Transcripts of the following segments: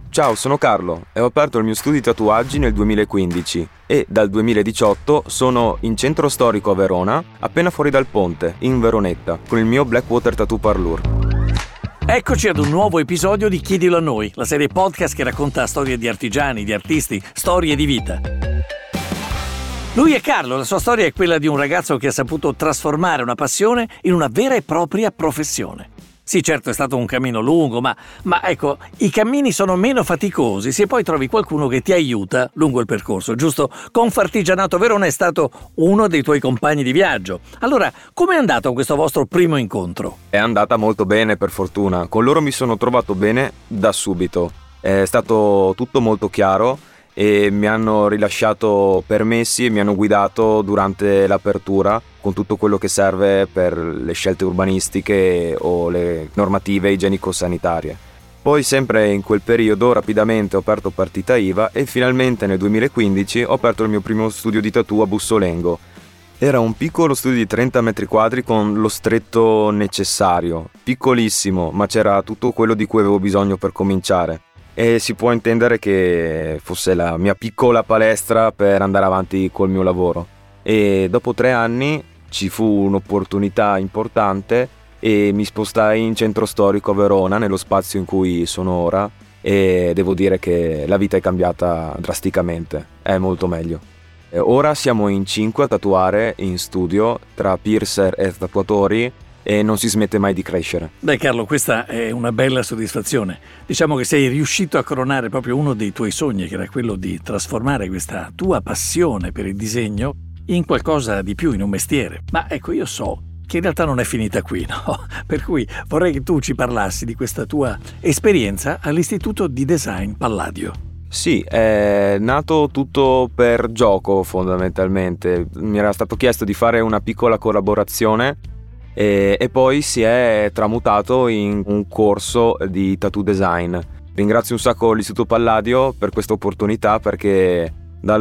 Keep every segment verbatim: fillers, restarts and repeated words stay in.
Ciao, sono Carlo e ho aperto il mio studio di tatuaggi nel duemilaquindici e dal duemiladiciotto sono in centro storico a Verona, appena fuori dal ponte, in Veronetta, con il mio Blackwater Tattoo Parlour. Eccoci ad un nuovo episodio di Chiedilo a noi, la serie podcast che racconta storie di artigiani, di artisti, storie di vita. Lui è Carlo, la sua storia è quella di un ragazzo che ha saputo trasformare una passione in una vera e propria professione. Sì, certo, è stato un cammino lungo, ma, ma ecco, i cammini sono meno faticosi se poi trovi qualcuno che ti aiuta lungo il percorso, giusto? Confartigianato Verona è stato uno dei tuoi compagni di viaggio. Allora, com'è andato questo vostro primo incontro? È andata molto bene, per fortuna. Con loro mi sono trovato bene da subito. È stato tutto molto chiaro e mi hanno rilasciato permessi e mi hanno guidato durante l'apertura con tutto quello che serve per le scelte urbanistiche o le normative igienico-sanitarie. Poi sempre in quel periodo rapidamente ho aperto partita I V A e finalmente nel duemilaquindici ho aperto il mio primo studio di tattoo a Bussolengo. Era un piccolo studio di trenta metri quadri con lo stretto necessario, piccolissimo, ma c'era tutto quello di cui avevo bisogno per cominciare. E si può intendere che fosse la mia piccola palestra per andare avanti col mio lavoro. E dopo tre anni ci fu un'opportunità importante e mi spostai in centro storico a Verona, nello spazio in cui sono ora, e devo dire che la vita è cambiata drasticamente, è molto meglio. E ora siamo in cinque a tatuare in studio tra piercer e tatuatori e non si smette mai di crescere. Beh Carlo, questa è una bella soddisfazione. Diciamo che sei riuscito a coronare proprio uno dei tuoi sogni, che era quello di trasformare questa tua passione per il disegno in qualcosa di più, in un mestiere. Ma ecco, io so che in realtà non è finita qui, no? Per cui vorrei che tu ci parlassi di questa tua esperienza all'Istituto di Design Palladio. Sì, è nato tutto per gioco fondamentalmente. Mi era stato chiesto di fare una piccola collaborazione e, e poi si è tramutato in un corso di tattoo design. Ringrazio un sacco l'Istituto Palladio per questa opportunità, perché da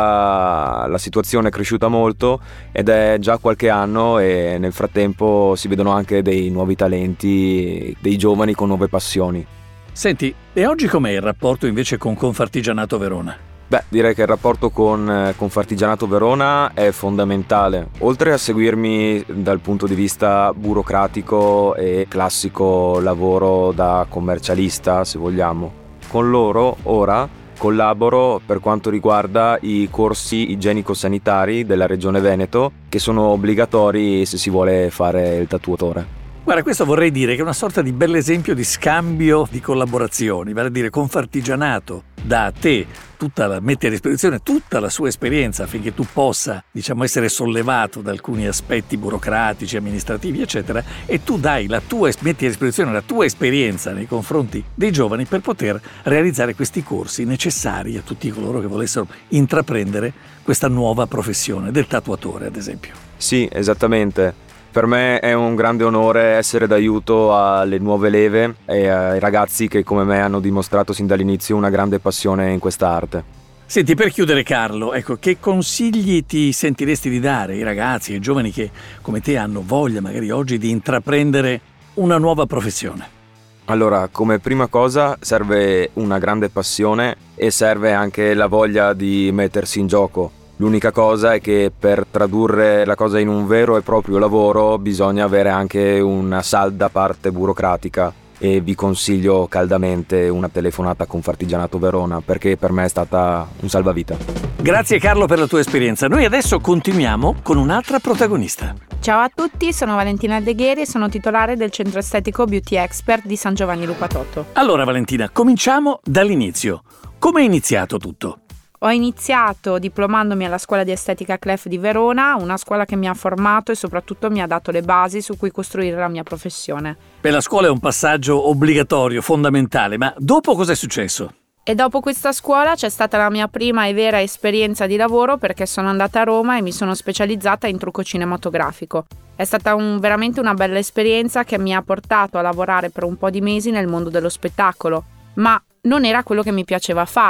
allora la situazione è cresciuta molto ed è già qualche anno e nel frattempo si vedono anche dei nuovi talenti, dei giovani con nuove passioni. Senti, e oggi com'è il rapporto invece con Confartigianato Verona? Beh, direi che il rapporto con Confartigianato Verona è fondamentale. Oltre a seguirmi dal punto di vista burocratico e classico lavoro da commercialista, se vogliamo, con loro ora collaboro per quanto riguarda i corsi igienico-sanitari della Regione Veneto, che sono obbligatori se si vuole fare il tatuatore. Guarda, questo vorrei dire che è una sorta di bell'esempio di scambio di collaborazioni, vale a dire Confartigianato da a te tutta la, mette a disposizione tutta la sua esperienza affinché tu possa, diciamo, essere sollevato da alcuni aspetti burocratici, amministrativi, eccetera, e tu dai la tua, metti a disposizione la tua esperienza nei confronti dei giovani per poter realizzare questi corsi necessari a tutti coloro che volessero intraprendere questa nuova professione del tatuatore, ad esempio. Sì, esattamente. Per me è un grande onore essere d'aiuto alle nuove leve e ai ragazzi che come me hanno dimostrato sin dall'inizio una grande passione in questa arte. Senti, per chiudere Carlo, ecco, che consigli ti sentiresti di dare ai ragazzi e ai giovani che come te hanno voglia magari oggi di intraprendere una nuova professione? Allora, come prima cosa serve una grande passione e serve anche la voglia di mettersi in gioco. L'unica cosa è che per tradurre la cosa in un vero e proprio lavoro bisogna avere anche una salda parte burocratica e vi consiglio caldamente una telefonata a Confartigianato Verona, perché per me è stata un salvavita. Grazie Carlo per la tua esperienza. Noi adesso continuiamo con un'altra protagonista. Ciao a tutti, sono Valentina Aldegheri e sono titolare del centro estetico Beauty Expert di San Giovanni Lupatotto. Allora Valentina, cominciamo dall'inizio. Come è iniziato tutto? Ho iniziato diplomandomi alla scuola di estetica C L E F di Verona, una scuola che mi ha formato e soprattutto mi ha dato le basi su cui costruire la mia professione. Per la scuola è un passaggio obbligatorio, fondamentale, ma dopo cosa è successo? E dopo questa scuola c'è stata la mia prima e vera esperienza di lavoro, perché sono andata a Roma e mi sono specializzata in trucco cinematografico. È stata un, veramente una bella esperienza che mi ha portato a lavorare per un po' di mesi nel mondo dello spettacolo, ma non era quello che mi piaceva fare.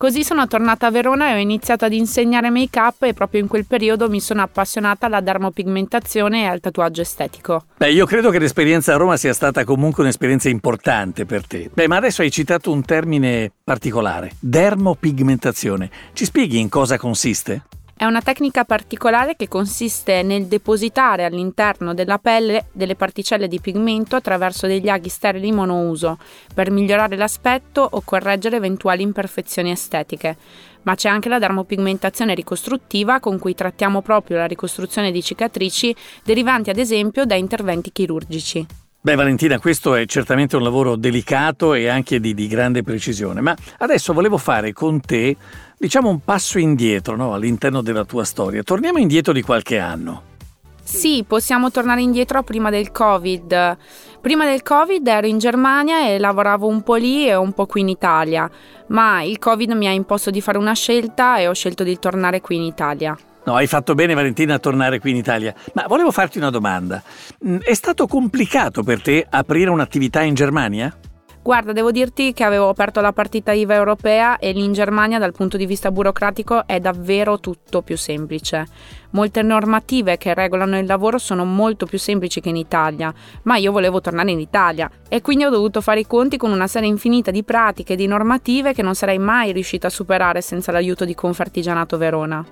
Così sono tornata a Verona e ho iniziato ad insegnare make-up e proprio in quel periodo mi sono appassionata alla dermopigmentazione e al tatuaggio estetico. Beh, io credo che l'esperienza a Roma sia stata comunque un'esperienza importante per te. Beh, ma adesso hai citato un termine particolare, dermopigmentazione. Ci spieghi in cosa consiste? È una tecnica particolare che consiste nel depositare all'interno della pelle delle particelle di pigmento attraverso degli aghi sterili monouso per migliorare l'aspetto o correggere eventuali imperfezioni estetiche. Ma c'è anche la dermopigmentazione ricostruttiva, con cui trattiamo proprio la ricostruzione di cicatrici derivanti ad esempio da interventi chirurgici. Beh, Valentina, questo è certamente un lavoro delicato e anche di, di grande precisione, ma adesso volevo fare con te, diciamo, un passo indietro, no? All'interno della tua storia. Torniamo indietro di qualche anno. Sì, possiamo tornare indietro a prima del Covid. Prima del Covid ero in Germania e lavoravo un po' lì e un po' qui in Italia, ma il Covid mi ha imposto di fare una scelta e ho scelto di tornare qui in Italia. No, hai fatto bene, Valentina, a tornare qui in Italia. Ma volevo farti una domanda. È stato complicato per te aprire un'attività in Germania? Guarda, devo dirti che avevo aperto la partita I V A europea e lì in Germania dal punto di vista burocratico è davvero tutto più semplice. Molte normative che regolano il lavoro sono molto più semplici che in Italia, ma io volevo tornare in Italia e quindi ho dovuto fare i conti con una serie infinita di pratiche e di normative che non sarei mai riuscita a superare senza l'aiuto di Confartigianato Verona.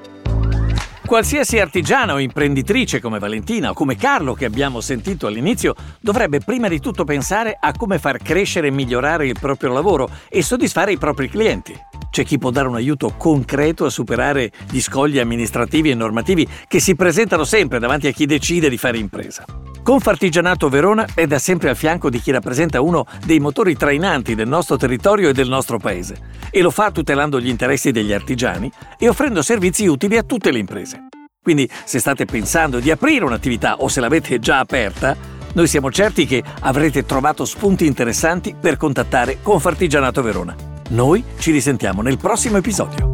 Qualsiasi artigiana o imprenditrice come Valentina o come Carlo che abbiamo sentito all'inizio dovrebbe prima di tutto pensare a come far crescere e migliorare il proprio lavoro e soddisfare i propri clienti. C'è chi può dare un aiuto concreto a superare gli scogli amministrativi e normativi che si presentano sempre davanti a chi decide di fare impresa. Confartigianato Verona è da sempre al fianco di chi rappresenta uno dei motori trainanti del nostro territorio e del nostro paese e lo fa tutelando gli interessi degli artigiani e offrendo servizi utili a tutte le imprese. Quindi se state pensando di aprire un'attività o se l'avete già aperta, noi siamo certi che avrete trovato spunti interessanti per contattare Confartigianato Verona. Noi ci risentiamo nel prossimo episodio.